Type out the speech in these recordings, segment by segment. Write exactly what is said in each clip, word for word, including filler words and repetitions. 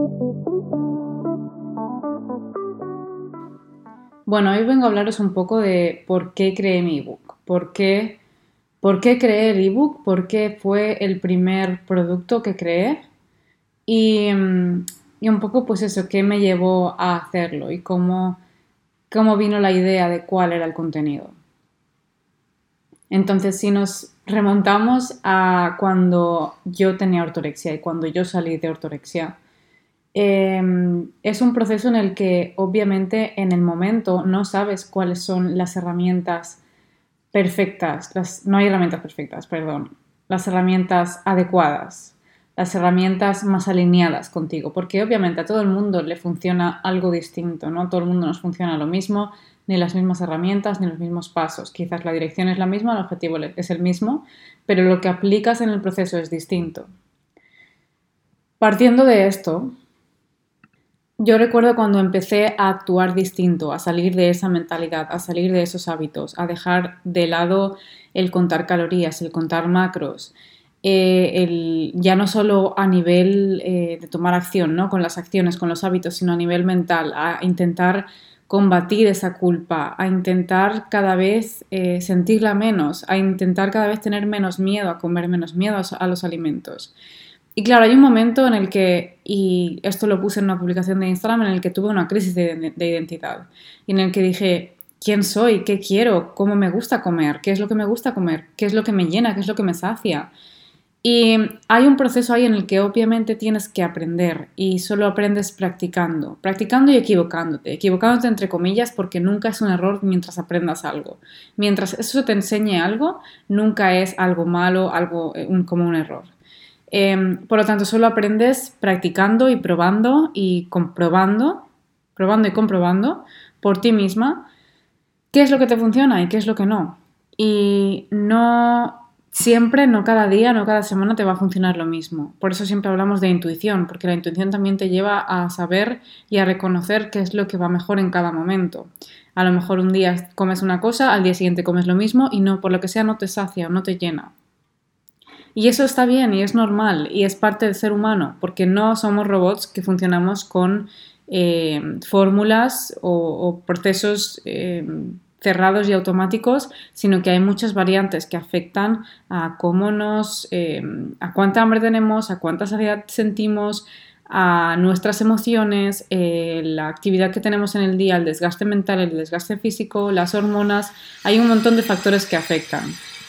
Bueno, hoy vengo a hablaros un poco de por qué creé mi ebook, por qué, por qué creé el ebook, por qué fue el primer producto que creé y, mm, y un poco pues eso, qué me llevó a hacerlo y cómo, cómo vino la idea de cuál era el contenido. Entonces, si nos remontamos a cuando yo tenía ortorexia y cuando yo salí de ortorexia, eh, es un proceso en el que obviamente en el momento no sabes cuáles son las herramientas perfectas, las, no hay herramientas perfectas, perdón, las herramientas adecuadas, las herramientas más alineadas contigo, porque obviamente a todo el mundo le funciona algo distinto, ¿no? A todo el mundo nos funciona lo mismo, ni las mismas herramientas, ni los mismos pasos. Quizás la dirección es la misma, el objetivo es el mismo, pero lo que aplicas en el proceso es distinto. Partiendo de esto, yo recuerdo cuando empecé a actuar distinto, a salir de esa mentalidad, a salir de esos hábitos, a dejar de lado el contar calorías, el contar macros, eh, el, ya no solo a nivel eh, de tomar acción, ¿no? Con las acciones, con los hábitos, sino a nivel mental, a intentar combatir esa culpa, a intentar cada vez eh, sentirla menos, a intentar cada vez tener menos miedo, a comer menos miedo a, a los alimentos. Y claro, hay un momento en el que, y esto lo puse en una publicación de Instagram, en el que tuve una crisis de, de identidad y en el que dije, ¿quién soy? ¿Qué quiero? ¿Cómo me gusta comer? ¿Qué es lo que me gusta comer? ¿Qué es lo que me llena? ¿Qué es lo que me sacia? Y hay un proceso ahí en el que obviamente tienes que aprender y solo aprendes practicando, practicando y equivocándote, equivocándote entre comillas porque nunca es un error mientras aprendas algo. Mientras eso te enseñe algo, nunca es algo malo, algo un, como un error. Eh, por lo tanto, solo aprendes practicando y probando y comprobando, probando y comprobando por ti misma qué es lo que te funciona y qué es lo que no. Y no siempre, no cada día, no cada semana te va a funcionar lo mismo. Por eso siempre hablamos de intuición, porque la intuición también te lleva a saber y a reconocer qué es lo que va mejor en cada momento. A lo mejor un día comes una cosa, al día siguiente comes lo mismo y no, por lo que sea, no te sacia o no te llena. Y eso está bien y es normal y es parte del ser humano, porque no somos robots que funcionamos con eh, fórmulas o, o procesos eh, cerrados y automáticos, sino que hay muchas variantes que afectan a cómo nos, eh, a cuánta hambre tenemos, a cuánta saciedad sentimos, a nuestras emociones, eh, la actividad que tenemos en el día, el desgaste mental, el desgaste físico, las hormonas. Hay un montón de factores que afectan.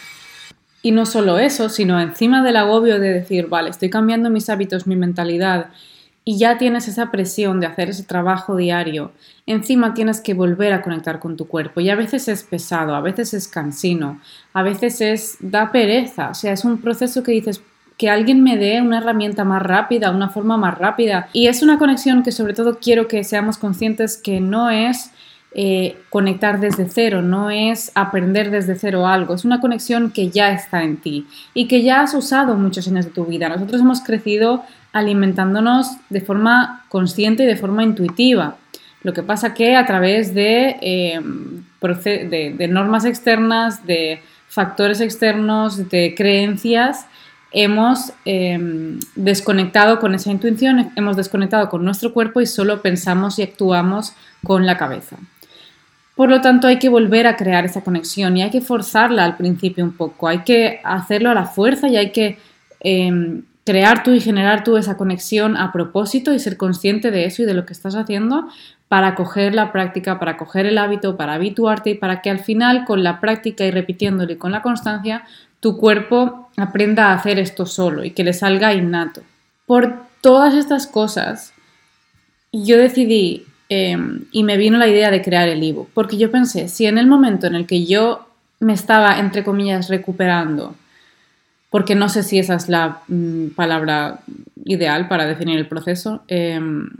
Y no solo eso, sino encima del agobio de decir, vale, estoy cambiando mis hábitos, mi mentalidad, y ya tienes esa presión de hacer ese trabajo diario, encima tienes que volver a conectar con tu cuerpo. Y a veces es pesado, a veces es cansino, a veces es da pereza. O sea, es un proceso que dices, que alguien me dé una herramienta más rápida, una forma más rápida. Y es una conexión que sobre todo quiero que seamos conscientes que no es Eh, conectar desde cero, no es aprender desde cero algo, es una conexión que ya está en ti y que ya has usado muchos años de tu vida. Nosotros hemos crecido alimentándonos de forma consciente y de forma intuitiva. Lo que pasa que a través de, eh, de, de normas externas, de factores externos, de creencias, hemos eh, desconectado con esa intuición, hemos desconectado con nuestro cuerpo y solo pensamos y actuamos con la cabeza. Por lo tanto, hay que volver a crear esa conexión y hay que forzarla al principio un poco. Hay que hacerlo a la fuerza y hay que eh, crear tú y generar tú esa conexión a propósito y ser consciente de eso y de lo que estás haciendo para coger la práctica, para coger el hábito, para habituarte y para que al final, con la práctica y repitiéndolo y con la constancia, tu cuerpo aprenda a hacer esto solo y que le salga innato. Por todas estas cosas, yo decidí Eh, y me vino la idea de crear el ebook, porque yo pensé, si en el momento en el que yo me estaba, entre comillas, recuperando, porque no sé si esa es la mm, palabra ideal para definir el proceso, eh,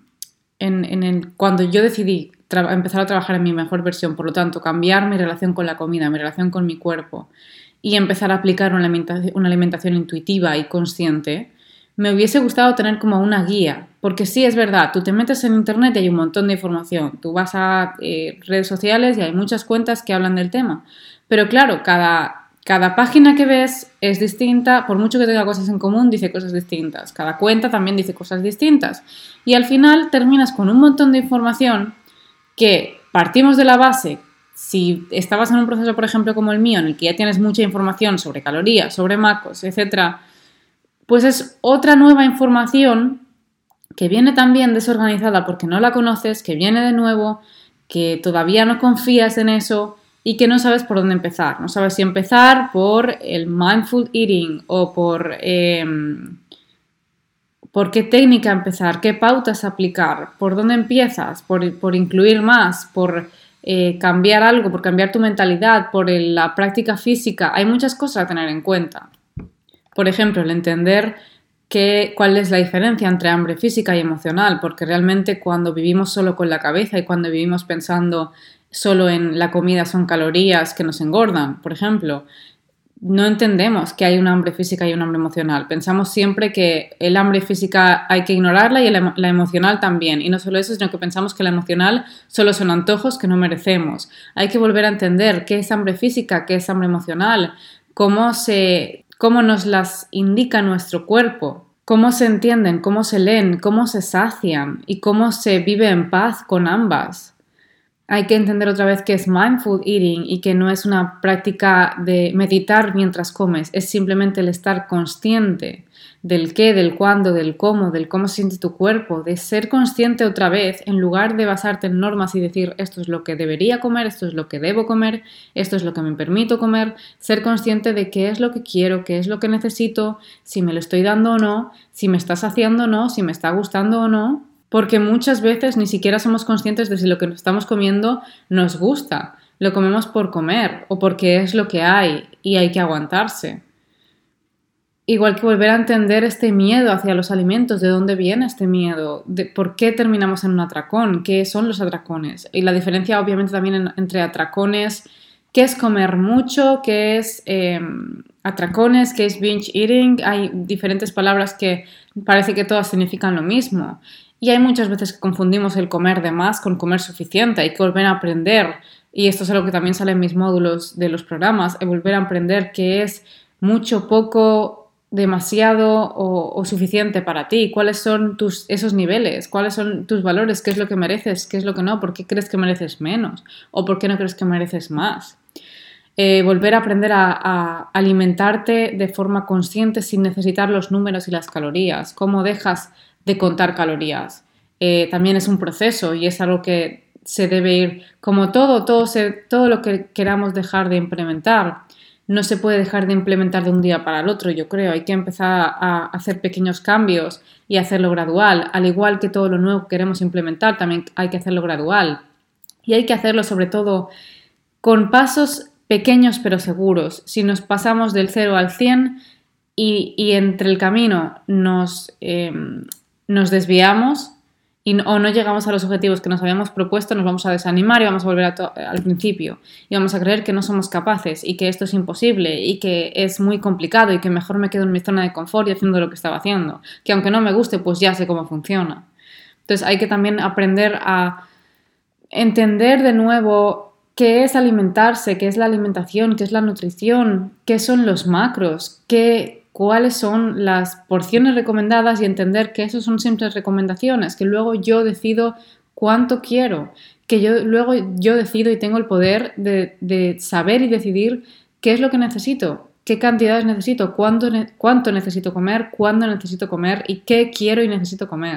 en, en el, cuando yo decidí empezar a trabajar en mi mejor versión, por lo tanto, cambiar mi relación con la comida, mi relación con mi cuerpo y empezar a aplicar una alimentación, una alimentación intuitiva y consciente, me hubiese gustado tener como una guía, porque sí es verdad, tú te metes en internet y hay un montón de información, tú vas a eh, redes sociales y hay muchas cuentas que hablan del tema, pero claro, cada, Cada página que ves es distinta, por mucho que tenga cosas en común, dice cosas distintas. Cada cuenta también dice cosas distintas. Y al final terminas con un montón de información que partimos de la base. Si estabas en un proceso, por ejemplo, como el mío, en el que ya tienes mucha información sobre calorías, sobre macros, etcétera, pues es otra nueva información que viene también desorganizada porque no la conoces, que viene de nuevo, que todavía no confías en eso y que no sabes por dónde empezar. No sabes si empezar por el mindful eating o por, eh, por qué técnica empezar, qué pautas aplicar, por dónde empiezas, por, por incluir más, por eh, cambiar algo, por cambiar tu mentalidad, por el, la práctica física. Hay muchas cosas a tener en cuenta. Por ejemplo, el entender que, cuál es la diferencia entre hambre física y emocional, porque realmente cuando vivimos solo con la cabeza y cuando vivimos pensando solo en la comida son calorías que nos engordan, por ejemplo, no entendemos que hay un hambre física y un hambre emocional. Pensamos siempre que el hambre física hay que ignorarla y la, la emocional también. Y no solo eso, sino que pensamos que la emocional solo son antojos que no merecemos. Hay que volver a entender qué es hambre física, qué es hambre emocional, cómo se... cómo nos las indica nuestro cuerpo, cómo se entienden, cómo se leen, cómo se sacian y cómo se vive en paz con ambas. Hay que entender otra vez que es mindful eating y que no es una práctica de meditar mientras comes, es simplemente el estar consciente del qué, del cuándo, del cómo, del cómo se siente tu cuerpo, de ser consciente otra vez en lugar de basarte en normas y decir esto es lo que debería comer, esto es lo que debo comer, esto es lo que me permito comer, ser consciente de qué es lo que quiero, qué es lo que necesito, si me lo estoy dando o no, si me está saciando o no, si me está gustando o no, porque muchas veces ni siquiera somos conscientes de si lo que nos estamos comiendo nos gusta, lo comemos por comer o porque es lo que hay y hay que aguantarse. Igual que volver a entender este miedo hacia los alimentos, de dónde viene este miedo, de por qué terminamos en un atracón, qué son los atracones. Y la diferencia obviamente también en, entre atracones, qué es comer mucho, qué es eh, atracones, qué es binge eating. Hay diferentes palabras que parece que todas significan lo mismo. Y hay muchas veces que confundimos el comer de más con comer suficiente. Hay que volver a aprender, y esto es algo que también sale en mis módulos de los programas, es volver a aprender qué es mucho, poco, demasiado o, o suficiente para ti, cuáles son tus, esos niveles, cuáles son tus valores, qué es lo que mereces, qué es lo que no, por qué crees que mereces menos o por qué no crees que mereces más. Eh, volver a aprender a, a alimentarte de forma consciente sin necesitar los números y las calorías, cómo dejas de contar calorías. Eh, también es un proceso y es algo que se debe ir, como todo, todo, se, todo lo que queramos dejar de implementar. No se puede dejar de implementar de un día para el otro, yo creo. Hay que empezar a hacer pequeños cambios y hacerlo gradual. Al igual que todo lo nuevo que queremos implementar, también hay que hacerlo gradual. Y hay que hacerlo sobre todo con pasos pequeños pero seguros. Si nos pasamos del cero al cien y, y entre el camino nos, eh, nos desviamos y no, o no llegamos a los objetivos que nos habíamos propuesto, nos vamos a desanimar y vamos a volver a to- al principio y vamos a creer que no somos capaces y que esto es imposible y que es muy complicado y que mejor me quedo en mi zona de confort y haciendo lo que estaba haciendo, que aunque no me guste pues ya sé cómo funciona. Entonces hay que también aprender a entender de nuevo qué es alimentarse, qué es la alimentación, qué es la nutrición, qué son los macros, qué cuáles son las porciones recomendadas y entender que esos son simples recomendaciones, que luego yo decido cuánto quiero, que yo luego yo decido y tengo el poder de, de saber y decidir qué es lo que necesito, qué cantidades necesito, cuánto, cuánto necesito comer, cuándo necesito comer y qué quiero y necesito comer.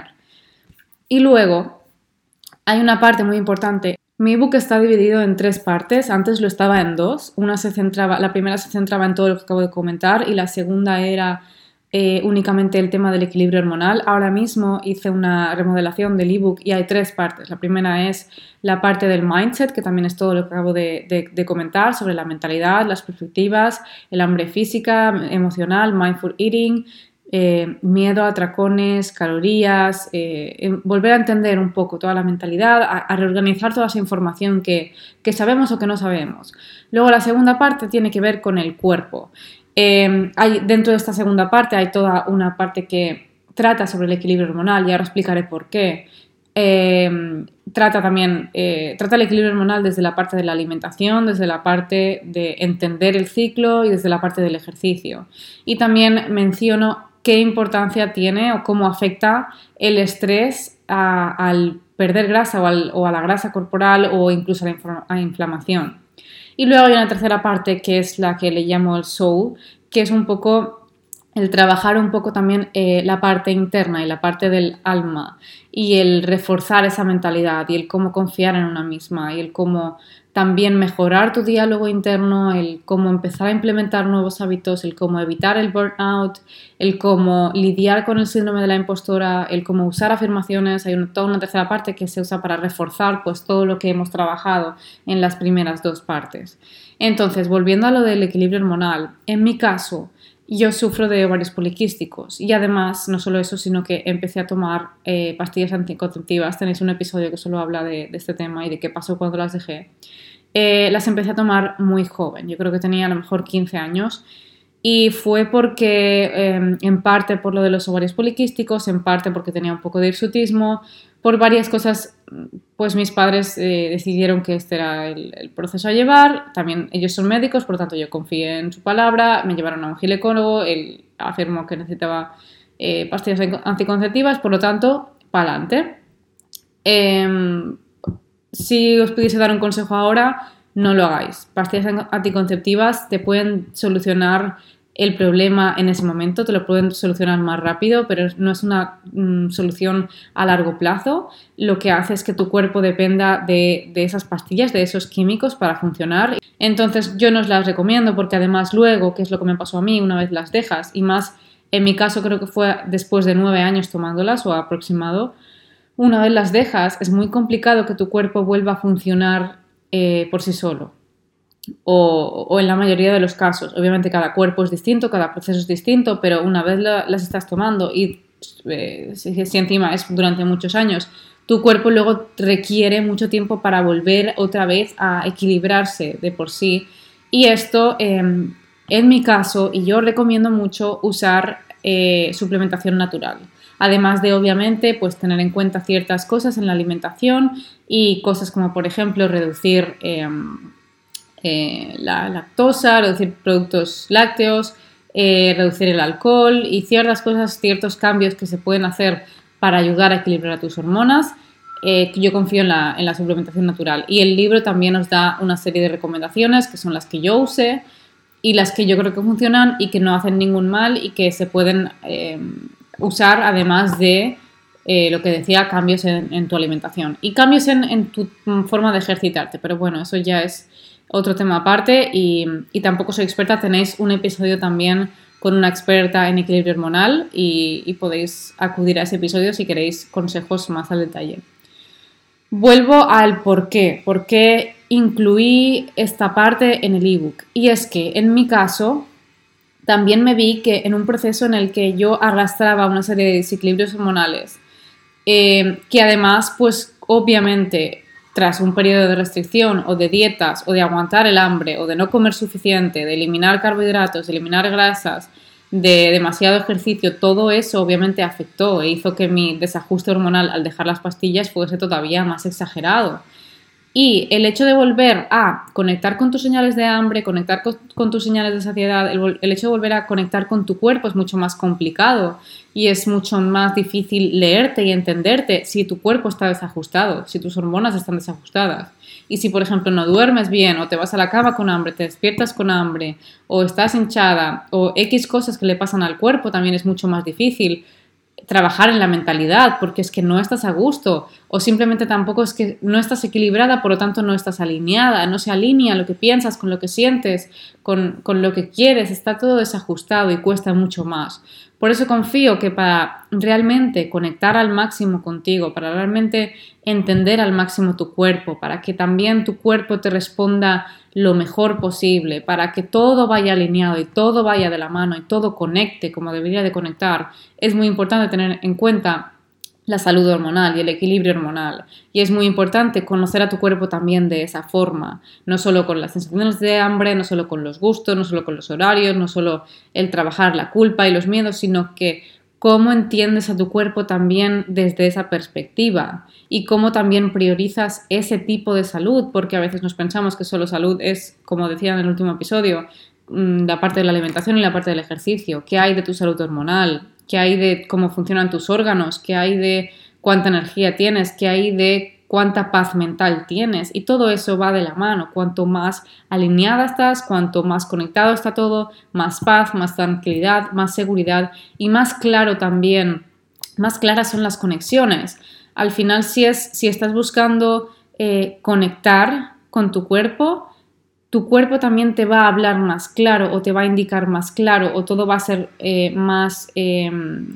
Y luego hay una parte muy importante. Mi ebook está dividido en tres partes, antes lo estaba en dos. Una se centraba, la primera se centraba en todo lo que acabo de comentar y la segunda era eh, únicamente el tema del equilibrio hormonal. Ahora mismo hice una remodelación del ebook y hay tres partes. La primera es la parte del mindset, que también es todo lo que acabo de, de, de comentar sobre la mentalidad, las perspectivas, el hambre física, emocional, mindful eating, Eh, miedo a atracones, calorías, eh, volver a entender un poco toda la mentalidad, a, a reorganizar toda esa información que, que sabemos o que no sabemos. Luego la segunda parte tiene que ver con el cuerpo. Eh, hay, dentro de esta segunda parte hay toda una parte que trata sobre el equilibrio hormonal y ahora explicaré por qué. Eh, trata también, eh, trata el equilibrio hormonal desde la parte de la alimentación, desde la parte de entender el ciclo y desde la parte del ejercicio. Y también menciono qué importancia tiene o cómo afecta el estrés a, al perder grasa o, al, o a la grasa corporal o incluso a la, a la inflamación. Y luego hay una tercera parte que es la que le llamo el soul, que es un poco el trabajar un poco también eh, la parte interna y la parte del alma y el reforzar esa mentalidad y el cómo confiar en una misma y el cómo también mejorar tu diálogo interno, el cómo empezar a implementar nuevos hábitos, el cómo evitar el burnout, el cómo lidiar con el síndrome de la impostora, el cómo usar afirmaciones. Hay una, toda una tercera parte que se usa para reforzar pues, todo lo que hemos trabajado en las primeras dos partes. Entonces, volviendo a lo del equilibrio hormonal, en mi caso, yo sufro de ovarios poliquísticos y además, no solo eso, sino que empecé a tomar eh, pastillas anticonceptivas. Tenéis un episodio que solo habla de, de este tema y de qué pasó cuando las dejé. Eh, las empecé a tomar muy joven, yo creo que tenía a lo mejor quince años y fue porque, eh, en parte por lo de los ovarios poliquísticos, en parte porque tenía un poco de hirsutismo, por varias cosas, pues mis padres eh, decidieron que este era el, el proceso a llevar. También ellos son médicos, por lo tanto yo confié en su palabra, me llevaron a un ginecólogo, él afirmó que necesitaba eh, pastillas anticonceptivas, por lo tanto, para adelante. Eh, si os pudiese dar un consejo ahora, no lo hagáis. Pastillas anticonceptivas te pueden solucionar el problema en ese momento, te lo pueden solucionar más rápido, pero no es una mm, solución a largo plazo. Lo que hace es que tu cuerpo dependa de, de esas pastillas, de esos químicos para funcionar. Entonces yo no os las recomiendo porque además luego, que es lo que me pasó a mí una vez las dejas, y más en mi caso creo que fue después de nueve años tomándolas o aproximado, una vez las dejas es muy complicado que tu cuerpo vuelva a funcionar eh, por sí solo. O, o en la mayoría de los casos. Obviamente cada cuerpo es distinto, cada proceso es distinto, pero una vez la, las estás tomando y eh, si, si encima es durante muchos años, tu cuerpo luego requiere mucho tiempo para volver otra vez a equilibrarse de por sí. Y esto, eh, en mi caso, y yo recomiendo mucho usar eh, suplementación natural. Además de, obviamente, pues tener en cuenta ciertas cosas en la alimentación y cosas como, por ejemplo, reducir Eh, Eh, la lactosa, reducir productos lácteos, eh, reducir el alcohol y ciertas cosas, ciertos cambios que se pueden hacer para ayudar a equilibrar a tus hormonas. Eh, yo confío en la, en la suplementación natural. Y el libro también nos da una serie de recomendaciones que son las que yo usé y las que yo creo que funcionan y que no hacen ningún mal y que se pueden eh, usar además de eh, lo que decía, cambios en, en tu alimentación y cambios en, en tu forma de ejercitarte. Pero bueno, eso ya es otro tema aparte y, y tampoco soy experta. Tenéis un episodio también con una experta en equilibrio hormonal y, y podéis acudir a ese episodio si queréis consejos más al detalle. Vuelvo al por qué, por qué incluí esta parte en el ebook. Y es que en mi caso también me vi que en un proceso en el que yo arrastraba una serie de desequilibrios hormonales, eh, que además, pues obviamente, tras un periodo de restricción o de dietas o de aguantar el hambre o de no comer suficiente, de eliminar carbohidratos, de eliminar grasas, de demasiado ejercicio, todo eso obviamente afectó e hizo que mi desajuste hormonal al dejar las pastillas fuese todavía más exagerado. Y el hecho de volver a conectar con tus señales de hambre, conectar con, con tus señales de saciedad, el, el hecho de volver a conectar con tu cuerpo es mucho más complicado y es mucho más difícil leerte y entenderte si tu cuerpo está desajustado, si tus hormonas están desajustadas. Y si, por ejemplo, no duermes bien o te vas a la cama con hambre, te despiertas con hambre o estás hinchada o X cosas que le pasan al cuerpo, también es mucho más difícil trabajar en la mentalidad porque es que no estás a gusto o simplemente tampoco es que no estás equilibrada, por lo tanto no estás alineada, no se alinea lo que piensas con lo que sientes, con, con lo que quieres, está todo desajustado y cuesta mucho más. Por eso confío que para realmente conectar al máximo contigo, para realmente entender al máximo tu cuerpo, para que también tu cuerpo te responda lo mejor posible, para que todo vaya alineado y todo vaya de la mano y todo conecte como debería de conectar, es muy importante tener en cuenta la salud hormonal y el equilibrio hormonal. Y es muy importante conocer a tu cuerpo también de esa forma, no solo con las sensaciones de hambre, no solo con los gustos, no solo con los horarios, no solo el trabajar la culpa y los miedos, sino que cómo entiendes a tu cuerpo también desde esa perspectiva y cómo también priorizas ese tipo de salud, porque a veces nos pensamos que solo salud es, como decía en el último episodio, la parte de la alimentación y la parte del ejercicio. ¿Qué hay de tu salud hormonal? ¿Qué hay de cómo funcionan tus órganos? ¿Qué hay de cuánta energía tienes? ¿Qué hay de cuánta paz mental tienes? Y todo eso va de la mano. Cuanto más alineada estás, cuanto más conectado está todo, más paz, más tranquilidad, más seguridad y más claro también, más claras son las conexiones. Al final, si, es, si estás buscando eh, conectar con tu cuerpo, tu cuerpo también te va a hablar más claro o te va a indicar más claro o todo va a ser eh, más... Eh,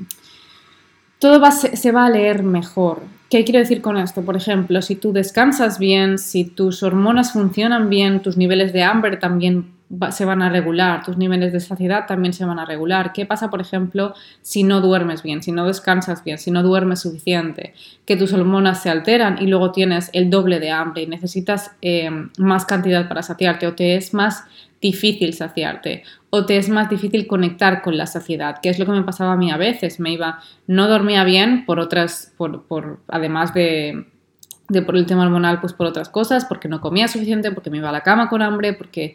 todo va, se, se va a leer mejor. ¿Qué quiero decir con esto? Por ejemplo, si tú descansas bien, si tus hormonas funcionan bien, tus niveles de hambre también va, se van a regular, tus niveles de saciedad también se van a regular. ¿Qué pasa, por ejemplo, si no duermes bien, si no descansas bien, si no duermes suficiente? Que tus hormonas se alteran y luego tienes el doble de hambre y necesitas eh, más cantidad para saciarte o te es más difícil saciarte o te es más difícil conectar con la saciedad, que es lo que me pasaba a mí a veces. Me iba, no dormía bien por otras, por, por además de, de por el tema hormonal, pues por otras cosas, porque no comía suficiente, porque me iba a la cama con hambre, porque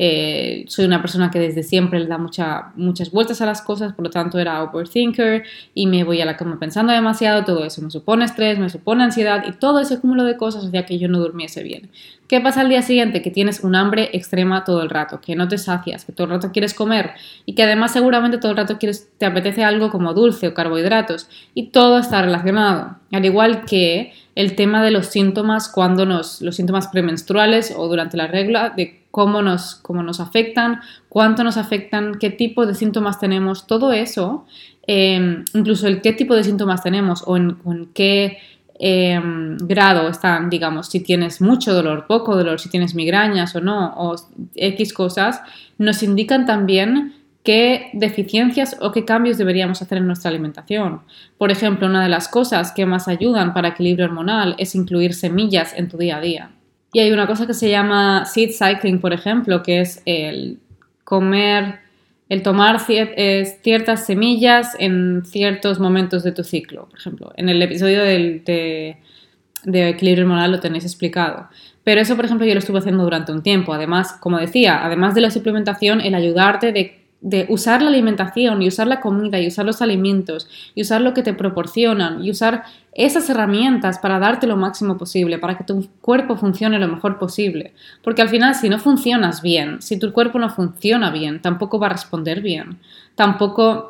eh, soy una persona que desde siempre le da mucha, muchas vueltas a las cosas, por lo tanto era overthinker y me voy a la cama pensando demasiado. Todo eso me supone estrés, me supone ansiedad y todo ese cúmulo de cosas hacía que yo no durmiese bien. ¿Qué pasa al día siguiente? Que tienes un hambre extrema todo el rato, que no te sacias, que todo el rato quieres comer y que además seguramente todo el rato quieres, te apetece algo como dulce o carbohidratos y todo está relacionado. Al igual que el tema de los síntomas cuando nos, los síntomas premenstruales o durante la regla, de cómo nos, cómo nos afectan, cuánto nos afectan, qué tipo de síntomas tenemos, todo eso, eh, incluso el qué tipo de síntomas tenemos o en, o en qué Eh, grado están, digamos, si tienes mucho dolor, poco dolor, si tienes migrañas o no, o X cosas, nos indican también qué deficiencias o qué cambios deberíamos hacer en nuestra alimentación. Por ejemplo, una de las cosas que más ayudan para equilibrio hormonal es incluir semillas en tu día a día. Y hay una cosa que se llama seed cycling, por ejemplo, que es el comer... el tomar ciertas semillas en ciertos momentos de tu ciclo. Por ejemplo, en el episodio del, de, de equilibrio hormonal lo tenéis explicado. Pero eso, por ejemplo, yo lo estuve haciendo durante un tiempo. Además, como decía, además de la suplementación, el ayudarte de, de usar la alimentación y usar la comida y usar los alimentos y usar lo que te proporcionan y usar esas herramientas para darte lo máximo posible, para que tu cuerpo funcione lo mejor posible. Porque al final, si no funcionas bien, si tu cuerpo no funciona bien, tampoco va a responder bien, tampoco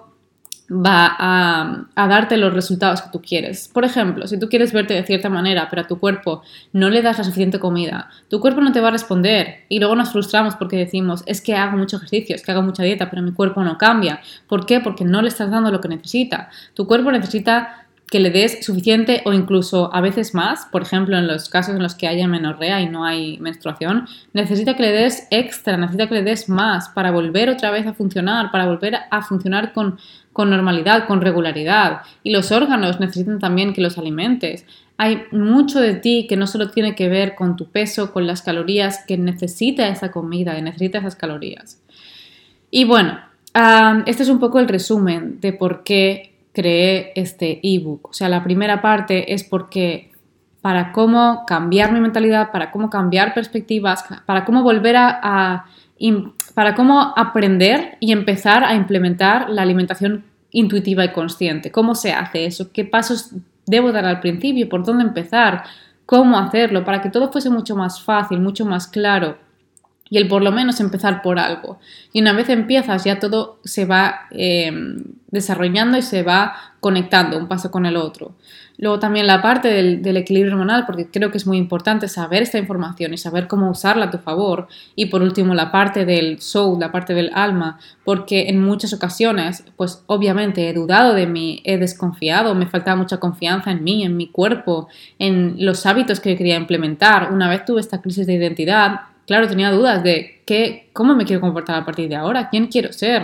va a, a darte los resultados que tú quieres. Por ejemplo, si tú quieres verte de cierta manera, pero a tu cuerpo no le das la suficiente comida, tu cuerpo no te va a responder y luego nos frustramos porque decimos, es que hago mucho ejercicio, es que hago mucha dieta, pero mi cuerpo no cambia. ¿Por qué? Porque no le estás dando lo que necesita. Tu cuerpo necesita que le des suficiente o incluso a veces más. Por ejemplo, en los casos en los que haya menorrea y no hay menstruación, necesita que le des extra, necesita que le des más para volver otra vez a funcionar, para volver a funcionar con, con normalidad, con regularidad. Y los órganos necesitan también que los alimentes. Hay mucho de ti que no solo tiene que ver con tu peso, con las calorías, que necesita esa comida, que necesita esas calorías. Y bueno, um, este es un poco el resumen de por qué creé este ebook. O sea, la primera parte es porque para cómo cambiar mi mentalidad, para cómo cambiar perspectivas, para cómo volver a, a para cómo aprender y empezar a implementar la alimentación intuitiva y consciente. ¿Cómo se hace eso? ¿Qué pasos debo dar al principio? ¿Por dónde empezar? ¿Cómo hacerlo? Para que todo fuese mucho más fácil, mucho más claro. Y el por lo menos empezar por algo. Y una vez empiezas ya todo se va eh, desarrollando y se va conectando un paso con el otro. Luego también la parte del, del equilibrio hormonal, porque creo que es muy importante saber esta información y saber cómo usarla a tu favor. Y por último la parte del soul, la parte del alma, porque en muchas ocasiones, pues obviamente he dudado de mí, he desconfiado, me faltaba mucha confianza en mí, en mi cuerpo, en los hábitos que quería implementar. Una vez tuve esta crisis de identidad, claro, tenía dudas de qué, cómo me quiero comportar a partir de ahora, quién quiero ser.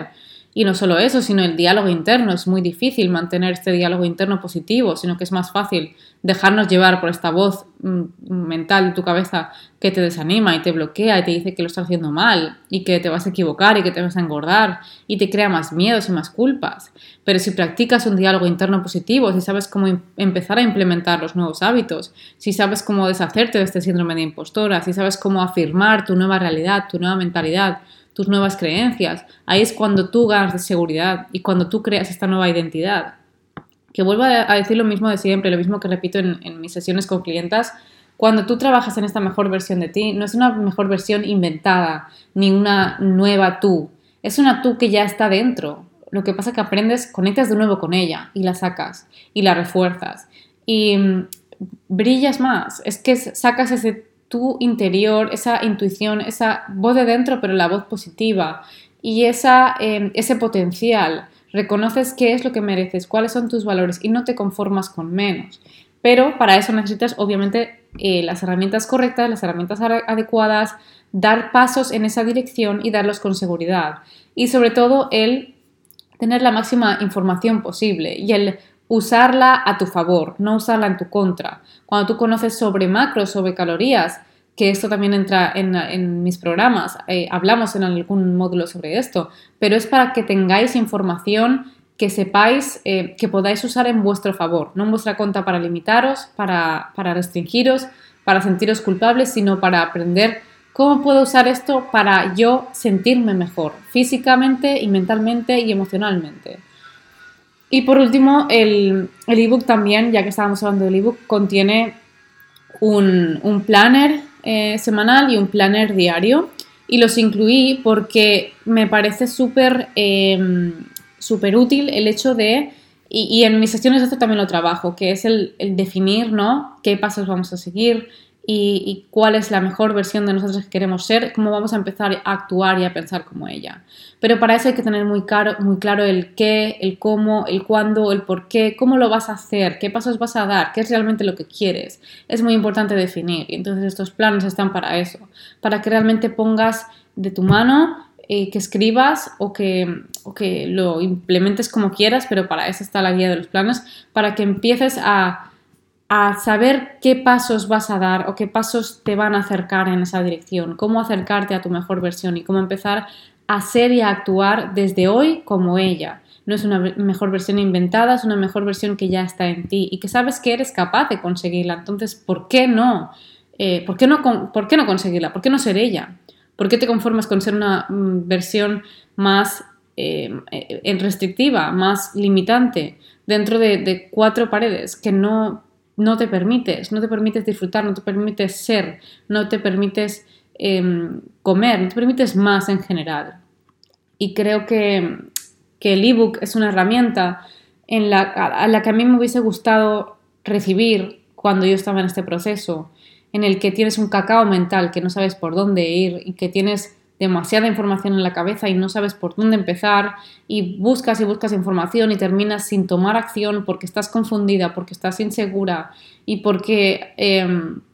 Y no solo eso, sino el diálogo interno. Es muy difícil mantener este diálogo interno positivo, sino que es más fácil dejarnos llevar por esta voz mm, mental de tu cabeza que te desanima y te bloquea y te dice que lo estás haciendo mal y que te vas a equivocar y que te vas a engordar y te crea más miedos y más culpas. Pero si practicas un diálogo interno positivo, si sabes cómo im- empezar a implementar los nuevos hábitos, si sabes cómo deshacerte de este síndrome de impostora, si sabes cómo afirmar tu nueva realidad, tu nueva mentalidad, tus nuevas creencias, ahí es cuando tú ganas de seguridad y cuando tú creas esta nueva identidad. Que vuelvo a decir lo mismo de siempre, lo mismo que repito en, en mis sesiones con clientas, cuando tú trabajas en esta mejor versión de ti, no es una mejor versión inventada, ni una nueva tú, es una tú que ya está dentro. Lo que pasa es que aprendes, conectas de nuevo con ella y la sacas y la refuerzas y mm, brillas más, es que sacas ese tu interior, esa intuición, esa voz de dentro, pero la voz positiva y esa, eh, ese potencial. Reconoces qué es lo que mereces, cuáles son tus valores y no te conformas con menos. Pero para eso necesitas, obviamente, eh, las herramientas correctas, las herramientas adecuadas, dar pasos en esa dirección y darlos con seguridad. Y sobre todo, el tener la máxima información posible y el usarla a tu favor, no usarla en tu contra. Cuando tú conoces sobre macros, sobre calorías, que esto también entra en, en mis programas, eh, hablamos en algún módulo sobre esto, pero es para que tengáis información que sepáis eh, que podáis usar en vuestro favor, no en vuestra contra para limitaros, para, para restringiros, para sentiros culpables, sino para aprender cómo puedo usar esto para yo sentirme mejor, físicamente y mentalmente y emocionalmente. Y por último, el el ebook también, ya que estábamos hablando del ebook, contiene un, un planner eh, semanal y un planner diario. Y los incluí porque me parece súper eh, súper útil el hecho de, y, y en mis sesiones esto también lo trabajo, que es el, el definir, ¿no?, qué pasos vamos a seguir y, y cuál es la mejor versión de nosotros que queremos ser, cómo vamos a empezar a actuar y a pensar como ella. Pero para eso hay que tener muy claro, muy claro el qué, el cómo, el cuándo, el por qué, cómo lo vas a hacer, qué pasos vas a dar, qué es realmente lo que quieres. Es muy importante definir y entonces estos planes están para eso, para que realmente pongas de tu mano, eh, que escribas o que, o que lo implementes como quieras, pero para eso está la guía de los planes, para que empieces a a saber qué pasos vas a dar o qué pasos te van a acercar en esa dirección, cómo acercarte a tu mejor versión y cómo empezar a ser y a actuar desde hoy como ella. No es una mejor versión inventada, es una mejor versión que ya está en ti y que sabes que eres capaz de conseguirla. Entonces, ¿por qué no? Eh, ¿por qué no, ¿Por qué no conseguirla? ¿Por qué no ser ella? ¿Por qué te conformas con ser una mm, versión más eh, restrictiva, más limitante, dentro de, de cuatro paredes que no... no te permites, no te permites disfrutar, no te permites ser, no te permites eh, comer, no te permites más en general? Y creo que, que el ebook es una herramienta en la, a la que a mí me hubiese gustado recibir cuando yo estaba en este proceso, en el que tienes un cacao mental, que no sabes por dónde ir y que tienes demasiada información en la cabeza y no sabes por dónde empezar y buscas y buscas información y terminas sin tomar acción porque estás confundida, porque estás insegura y porque eh,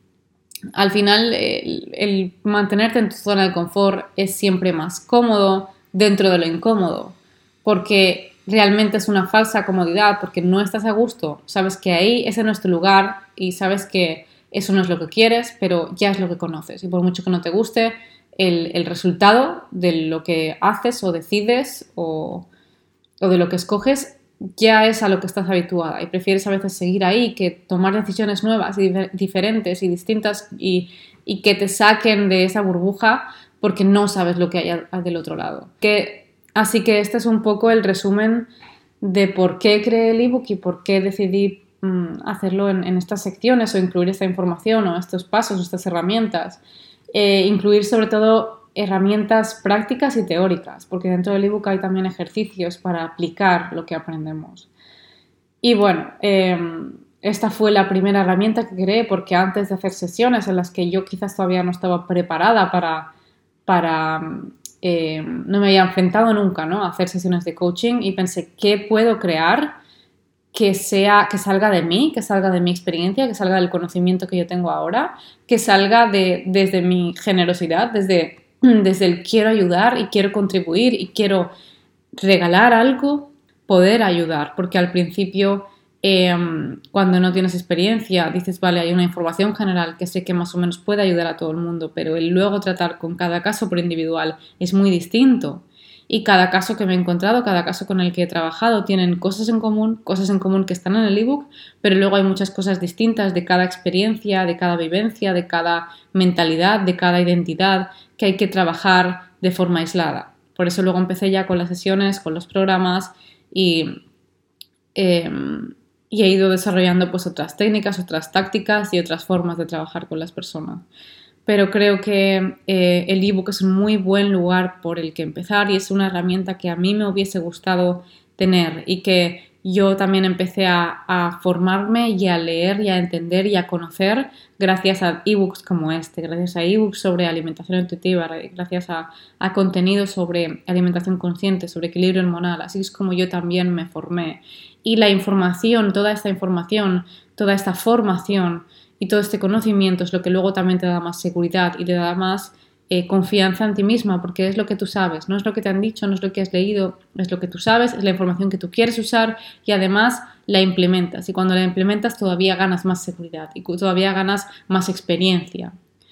al final el, el mantenerte en tu zona de confort es siempre más cómodo dentro de lo incómodo, porque realmente es una falsa comodidad, porque no estás a gusto, sabes que ahí ese no es tu lugar y sabes que eso no es lo que quieres, pero ya es lo que conoces y por mucho que no te guste, El, el resultado de lo que haces o decides o, o de lo que escoges ya es a lo que estás habituada y prefieres a veces seguir ahí que tomar decisiones nuevas y dif- diferentes y distintas y, y que te saquen de esa burbuja porque no sabes lo que hay a, a del otro lado. Que, así que este es un poco el resumen de por qué creé el ebook y por qué decidí mmm, hacerlo en, en estas secciones o incluir esta información o estos pasos o estas herramientas. Eh, incluir sobre todo herramientas prácticas y teóricas, porque dentro del ebook hay también ejercicios para aplicar lo que aprendemos. Y bueno, eh, esta fue la primera herramienta que creé porque antes de hacer sesiones en las que yo quizás todavía no estaba preparada para, para eh, no me había enfrentado nunca, ¿no?, a hacer sesiones de coaching y pensé, ¿qué puedo crear que sea, que salga de mí, que salga de mi experiencia, que salga del conocimiento que yo tengo ahora, que salga de, desde mi generosidad, desde, desde el quiero ayudar y quiero contribuir y quiero regalar algo, poder ayudar, porque al principio eh, cuando no tienes experiencia dices, vale, hay una información general que sé que más o menos puede ayudar a todo el mundo, pero el luego tratar con cada caso por individual es muy distinto. Y cada caso que me he encontrado, cada caso con el que he trabajado, tienen cosas en común, cosas en común que están en el ebook, pero luego hay muchas cosas distintas de cada experiencia, de cada vivencia, de cada mentalidad, de cada identidad, que hay que trabajar de forma aislada. Por eso luego empecé ya con las sesiones, con los programas y, eh, y he ido desarrollando pues otras técnicas, otras tácticas y otras formas de trabajar con las personas. Pero creo que eh, el ebook es un muy buen lugar por el que empezar y es una herramienta que a mí me hubiese gustado tener y que yo también empecé a, a formarme y a leer y a entender y a conocer gracias a ebooks como este, gracias a ebooks sobre alimentación intuitiva, gracias a, a contenidos sobre alimentación consciente, sobre equilibrio hormonal. Así es como yo también me formé. Y la información, toda esta información, toda esta formación y todo este conocimiento es lo que luego también te da más seguridad y te da más eh, confianza en ti misma, porque es lo que tú sabes, no es lo que te han dicho, no es lo que has leído, es lo que tú sabes, es la información que tú quieres usar y además la implementas. Y cuando la implementas todavía ganas más seguridad y todavía ganas más experiencia.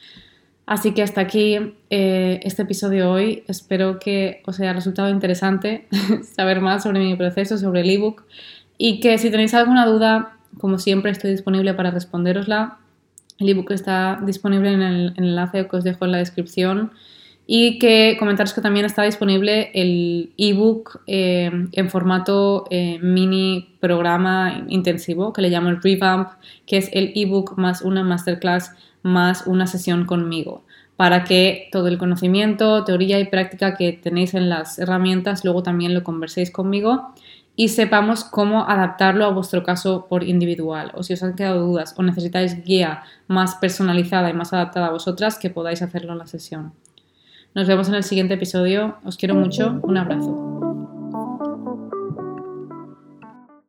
Así que hasta aquí eh, este episodio hoy. Espero que os haya resultado interesante saber más sobre mi proceso, sobre el ebook y que si tenéis alguna duda, como siempre, estoy disponible para responderosla. El ebook está disponible en el, en el enlace que os dejo en la descripción. Y que comentaros que también está disponible el ebook eh, en formato eh, mini programa intensivo, que le llamo el Revamp, que es el ebook más una masterclass más una sesión conmigo, para que todo el conocimiento, teoría y práctica que tenéis en las herramientas luego también lo converséis conmigo y sepamos cómo adaptarlo a vuestro caso por individual. O si os han quedado dudas o necesitáis guía más personalizada y más adaptada a vosotras, que podáis hacerlo en la sesión. Nos vemos en el siguiente episodio. Os quiero mucho. Un abrazo.